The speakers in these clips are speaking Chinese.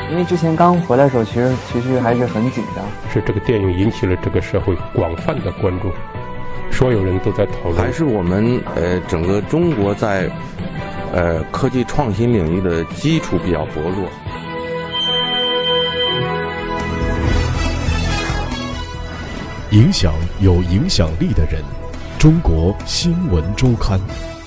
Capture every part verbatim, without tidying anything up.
因为之前刚回来的时候，其实其实还是很紧张。 是这个电影引起了这个社会广泛的关注，所有人都在讨论。 还是我们呃整个中国在呃科技创新领域的基础比较薄弱。 影响有影响力的人，中国新闻周刊。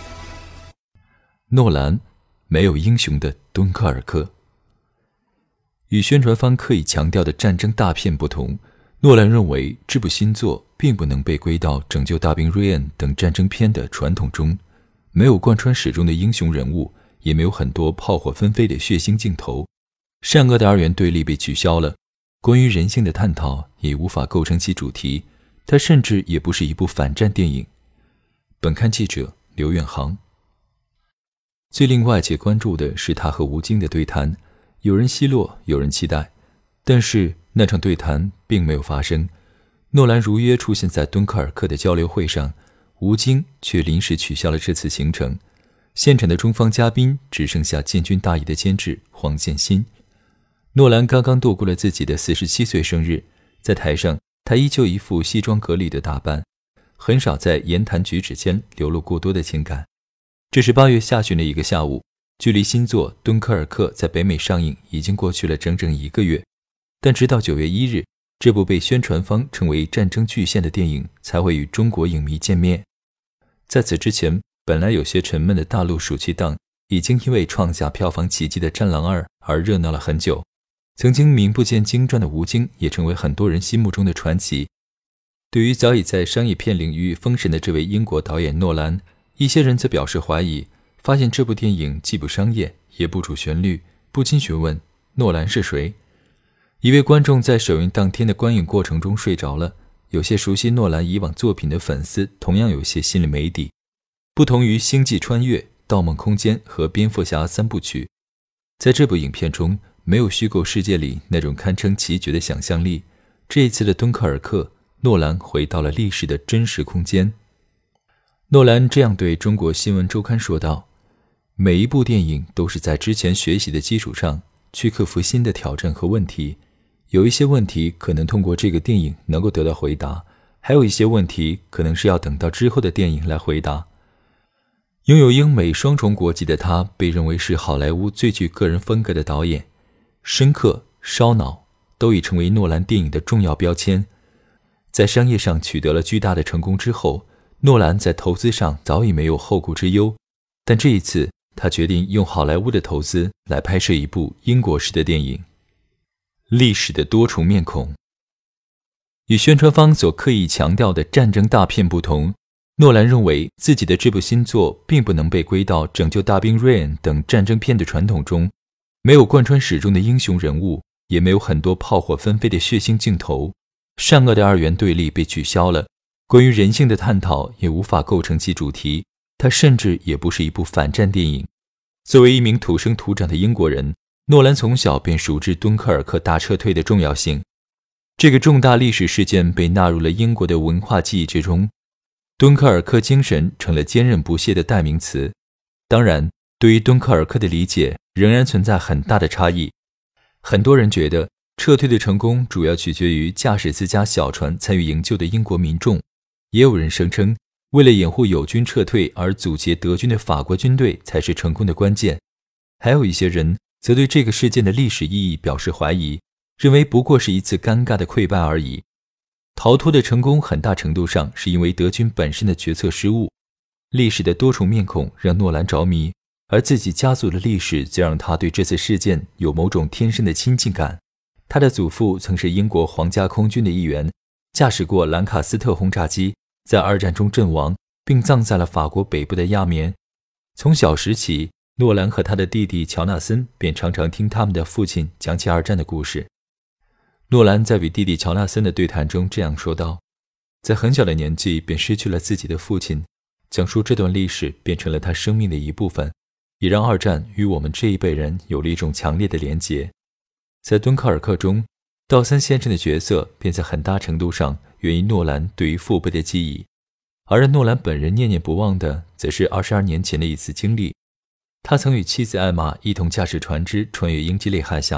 诺兰没有英雄的敦刻尔克。与宣传方刻意强调的战争大片不同，诺兰认为这部新作并不能被归到拯救大兵瑞恩等战争片的传统中，没有贯穿始终的英雄人物，也没有很多炮火纷飞的血腥镜头，善恶的二元对立被取消了，关于人性的探讨也无法构成其主题，它甚至也不是一部反战电影。本刊记者刘远航。最令外界关注的是他和吴京的对谈，有人奚落，有人期待，但是那场对谈并没有发生。诺兰如约出现在敦刻尔克的交流会上，吴京却临时取消了这次行程。现场的中方嘉宾只剩下建军大业的监制黄建新。诺兰刚刚度过了自己的四十七岁生日，在台上他依旧一副西装革履的打扮，很少在言谈举止间流露过多的情感。这是八月下旬的一个下午，距离新作《敦刻尔克》在北美上映已经过去了整整一个月，但直到九月一日，这部被宣传方称为战争巨献的电影才会与中国影迷见面。在此之前，本来有些沉闷的大陆暑期档已经因为创下票房奇迹的《战狼二》而热闹了很久。曾经名不见经传的吴京也成为很多人心目中的传奇。对于早已在商业片领域封神的这位英国导演诺兰，一些人则表示怀疑，发现这部电影既不商业也不主旋律，不禁询问诺兰是谁。一位观众在首映当天的观影过程中睡着了，有些熟悉诺兰以往作品的粉丝同样有些心里没底。不同于星际穿越、盗梦空间和蝙蝠侠三部曲，在这部影片中没有虚构世界里那种堪称奇绝的想象力。这一次的敦刻尔克，诺兰回到了历史的真实空间。诺兰这样对中国新闻周刊说道：每一部电影都是在之前学习的基础上去克服新的挑战和问题，有一些问题可能通过这个电影能够得到回答，还有一些问题可能是要等到之后的电影来回答。拥有英美双重国籍的他被认为是好莱坞最具个人风格的导演，深刻、烧脑都已成为诺兰电影的重要标签。在商业上取得了巨大的成功之后，诺兰在投资上早已没有后顾之忧，但这一次他决定用好莱坞的投资来拍摄一部英国式的电影。历史的多重面孔。与宣传方所刻意强调的战争大片不同，诺兰认为自己的这部新作并不能被归到拯救大兵瑞恩等战争片的传统中，没有贯穿始终的英雄人物，也没有很多炮火纷飞的血腥镜头，善恶的二元对立被取消了，关于人性的探讨也无法构成其主题，它甚至也不是一部反战电影。作为一名土生土长的英国人，诺兰从小便熟知敦刻尔克大撤退的重要性。这个重大历史事件被纳入了英国的文化记忆之中，敦刻尔克精神成了坚韧不懈的代名词。当然，对于敦刻尔克的理解仍然存在很大的差异。很多人觉得撤退的成功主要取决于驾驶自家小船参与营救的英国民众，也有人声称为了掩护友军撤退而阻截德军的法国军队才是成功的关键。还有一些人则对这个事件的历史意义表示怀疑，认为不过是一次尴尬的溃败而已。逃脱的成功很大程度上是因为德军本身的决策失误。历史的多重面孔让诺兰着迷，而自己家族的历史则让他对这次事件有某种天生的亲近感。他的祖父曾是英国皇家空军的一员，驾驶过兰卡斯特轰炸机，在二战中阵亡，并葬在了法国北部的亚眠。从小时起，诺兰和他的弟弟乔纳森便常常听他们的父亲讲起二战的故事。诺兰在与弟弟乔纳森的对谈中这样说道：在很小的年纪便失去了自己的父亲，讲述这段历史变成了他生命的一部分，也让二战与我们这一辈人有了一种强烈的连结。在敦刻尔克中，道森先生的角色便在很大程度上源于诺兰对于父辈的记忆，而让诺兰本人念念不忘的则是二十二年前的一次经历。他曾与妻子艾玛一同驾驶船只穿越英吉利海峡，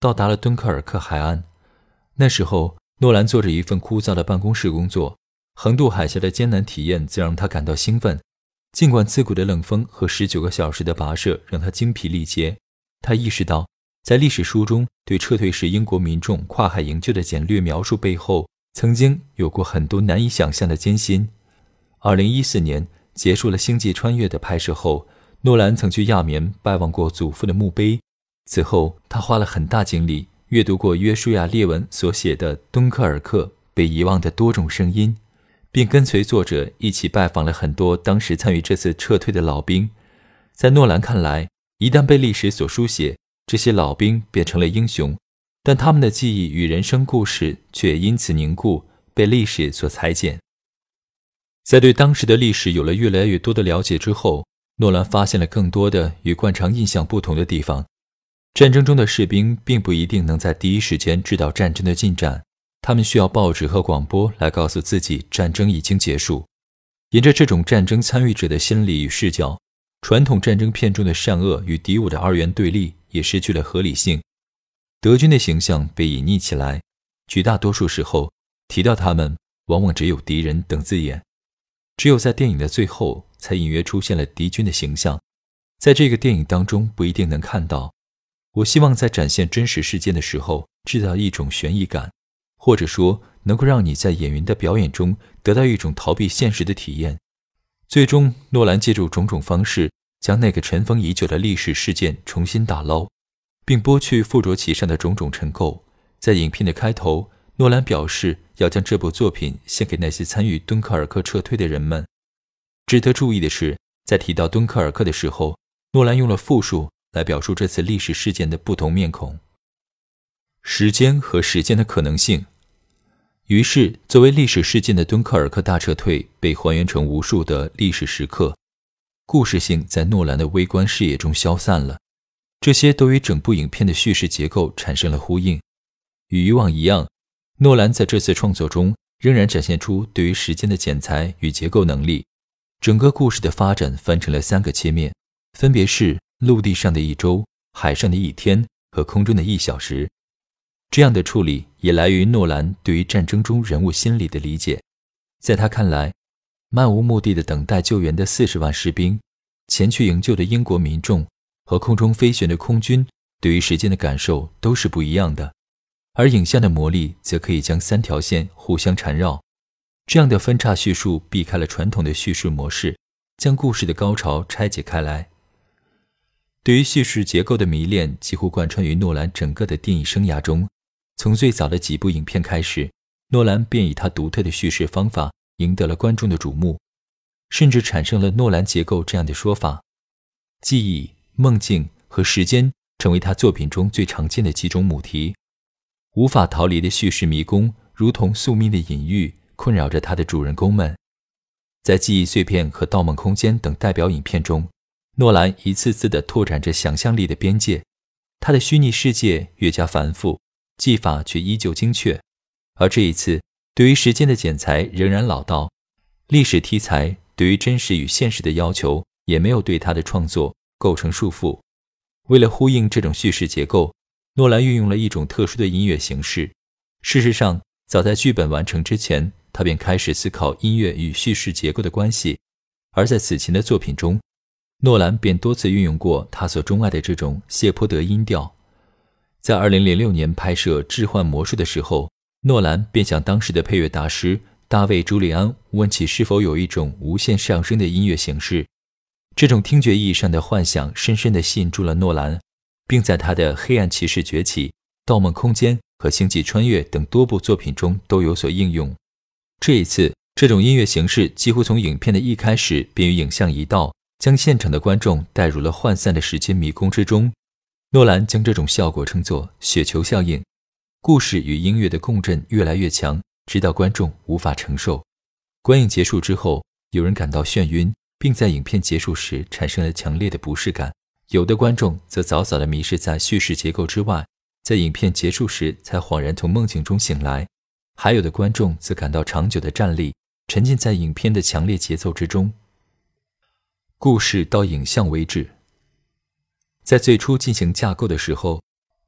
到达了敦刻尔克海岸。那时候，诺兰做着一份枯燥的办公室工作，横渡海峡的艰难体验则让他感到兴奋。尽管刺骨的冷风和十九个小时的跋涉让他精疲力竭，他意识到，在历史书中对撤退时英国民众跨海营救的简略描述背后，曾经有过很多难以想象的艰辛。二零一四年结束了《星际穿越》的拍摄后，诺兰曾去亚眠拜望过祖父的墓碑。此后，他花了很大精力阅读过约书亚·列文所写的《敦刻尔克被遗忘的多种声音》，并跟随作者一起拜访了很多当时参与这次撤退的老兵。在诺兰看来，一旦被历史所书写，这些老兵变成了英雄，但他们的记忆与人生故事却因此凝固，被历史所裁剪。在对当时的历史有了越来越多的了解之后，诺兰发现了更多的与惯常印象不同的地方。战争中的士兵并不一定能在第一时间知道战争的进展，他们需要报纸和广播来告诉自己战争已经结束。沿着这种战争参与者的心理与视角，传统战争片中的善恶与敌我的二元对立也失去了合理性。德军的形象被隐匿起来，绝大多数时候提到他们往往只有敌人等字眼，只有在电影的最后才隐约出现了敌军的形象，在这个电影当中不一定能看到。我希望在展现真实事件的时候制造一种悬疑感，或者说能够让你在演员的表演中得到一种逃避现实的体验。最终，诺兰借助种种方式将那个尘封已久的历史事件重新打捞，并剥去附着其上的种种尘垢。在影片的开头，诺兰表示要将这部作品献给那些参与敦刻尔克撤退的人们。值得注意的是，在提到敦刻尔克的时候，诺兰用了复数来表述这次历史事件的不同面孔。时间和时间的可能性。于是，作为历史事件的敦刻尔克大撤退被还原成无数的历史时刻，故事性在诺兰的微观视野中消散了。这些都与整部影片的叙事结构产生了呼应。与以往一样，诺兰在这次创作中仍然展现出对于时间的剪裁与结构能力。整个故事的发展分成了三个切面，分别是陆地上的一周、海上的一天和空中的一小时。这样的处理也来源于诺兰对于战争中人物心理的理解。在他看来，漫无目的的等待救援的四十万士兵，前去营救的英国民众和空中飞旋的空军对于时间的感受都是不一样的，而影像的魔力则可以将三条线互相缠绕。这样的分叉叙述避开了传统的叙事模式，将故事的高潮拆解开来。对于叙事结构的迷恋几乎贯穿于诺兰整个的电影生涯中。从最早的几部影片开始，诺兰便以他独特的叙事方法赢得了观众的瞩目，甚至产生了诺兰结构这样的说法。记忆、梦境和时间成为他作品中最常见的几种母题，无法逃离的叙事迷宫如同宿命的隐喻困扰着他的主人公们。在记忆碎片和盗梦空间等代表影片中，诺兰一次次地拓展着想象力的边界，他的虚拟世界越加繁复，技法却依旧精确。而这一次，对于时间的剪裁仍然老道，历史题材对于真实与现实的要求也没有对他的创作构成束缚。为了呼应这种叙事结构，诺兰运用了一种特殊的音乐形式。事实上，早在剧本完成之前，他便开始思考音乐与叙事结构的关系。而在此前的作品中，诺兰便多次运用过他所钟爱的这种谢泼德音调。在二零零六年拍摄《置换魔术》的时候，诺兰便向当时的配乐大师大卫·朱利安问起是否有一种无限上升的音乐形式。这种听觉意义上的幻想深深地吸引住了诺兰，并在他的《黑暗骑士崛起》、《盗梦空间》和《星际穿越》等多部作品中都有所应用。这一次，这种音乐形式几乎从影片的一开始便与影像一道，将现场的观众带入了涣散的时间迷宫之中。诺兰将这种效果称作雪球效应，故事与音乐的共振越来越强，直到观众无法承受。观影结束之后，有人感到眩晕，并在影片结束时产生了强烈的不适感。有的观众则早早地迷失在叙事结构之外，在影片结束时才恍然从梦境中醒来。还有的观众则感到长久的站立，沉浸在影片的强烈节奏之中。故事到影像为止。在最初进行架构的时候，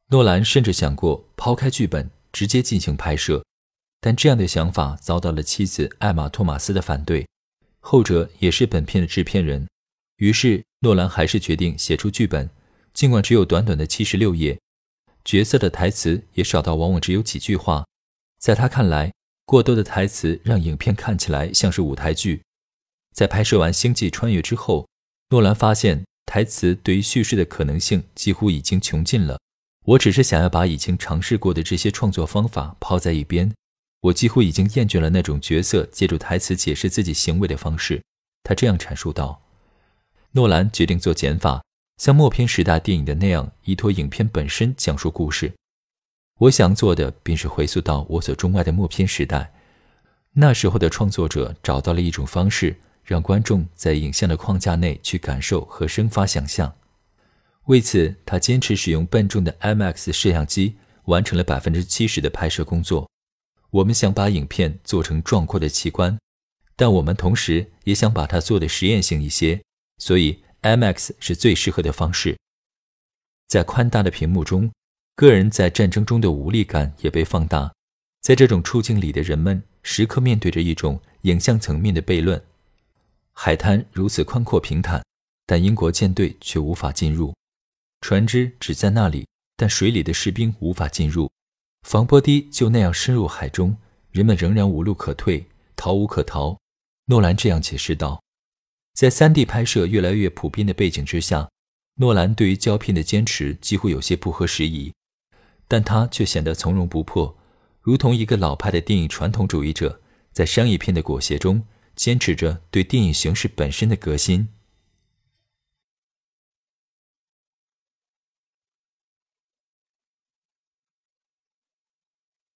诺兰甚至想过抛开剧本直接进行拍摄，但这样的想法遭到了妻子艾玛·托马斯的反对，后者也是本片的制片人。于是诺兰还是决定写出剧本，尽管只有短短的七十六页，角色的台词也少到往往只有几句话。在他看来，过多的台词让影片看起来像是舞台剧。在拍摄完《星际穿越》之后，诺兰发现台词对于叙事的可能性几乎已经穷尽了。我只是想要把已经尝试过的这些创作方法抛在一边，我几乎已经厌倦了那种角色借助台词解释自己行为的方式，他这样阐述道。诺兰决定做减法，像默片时代电影的那样依托影片本身讲述故事。我想做的便是回溯到我所钟爱的默片时代，那时候的创作者找到了一种方式，让观众在影像的框架内去感受和生发想象。为此，他坚持使用笨重的 I M A X 摄像机，完成了 百分之七十 的拍摄工作。我们想把影片做成壮阔的奇观，但我们同时也想把它做得实验性一些，所以 I M A X 是最适合的方式。在宽大的屏幕中，个人在战争中的无力感也被放大。在这种处境里的人们时刻面对着一种影像层面的悖论。海滩如此宽阔平坦，但英国舰队却无法进入。船只只在那里，但水里的士兵无法进入。防波堤就那样深入海中，人们仍然无路可退，逃无可逃。诺兰这样解释道。在 三 D 拍摄越来越普遍的背景之下，诺兰对于胶片的坚持几乎有些不合时宜，但他却显得从容不迫，如同一个老派的电影传统主义者，在商业片的裹挟中坚持着对电影形式本身的革新。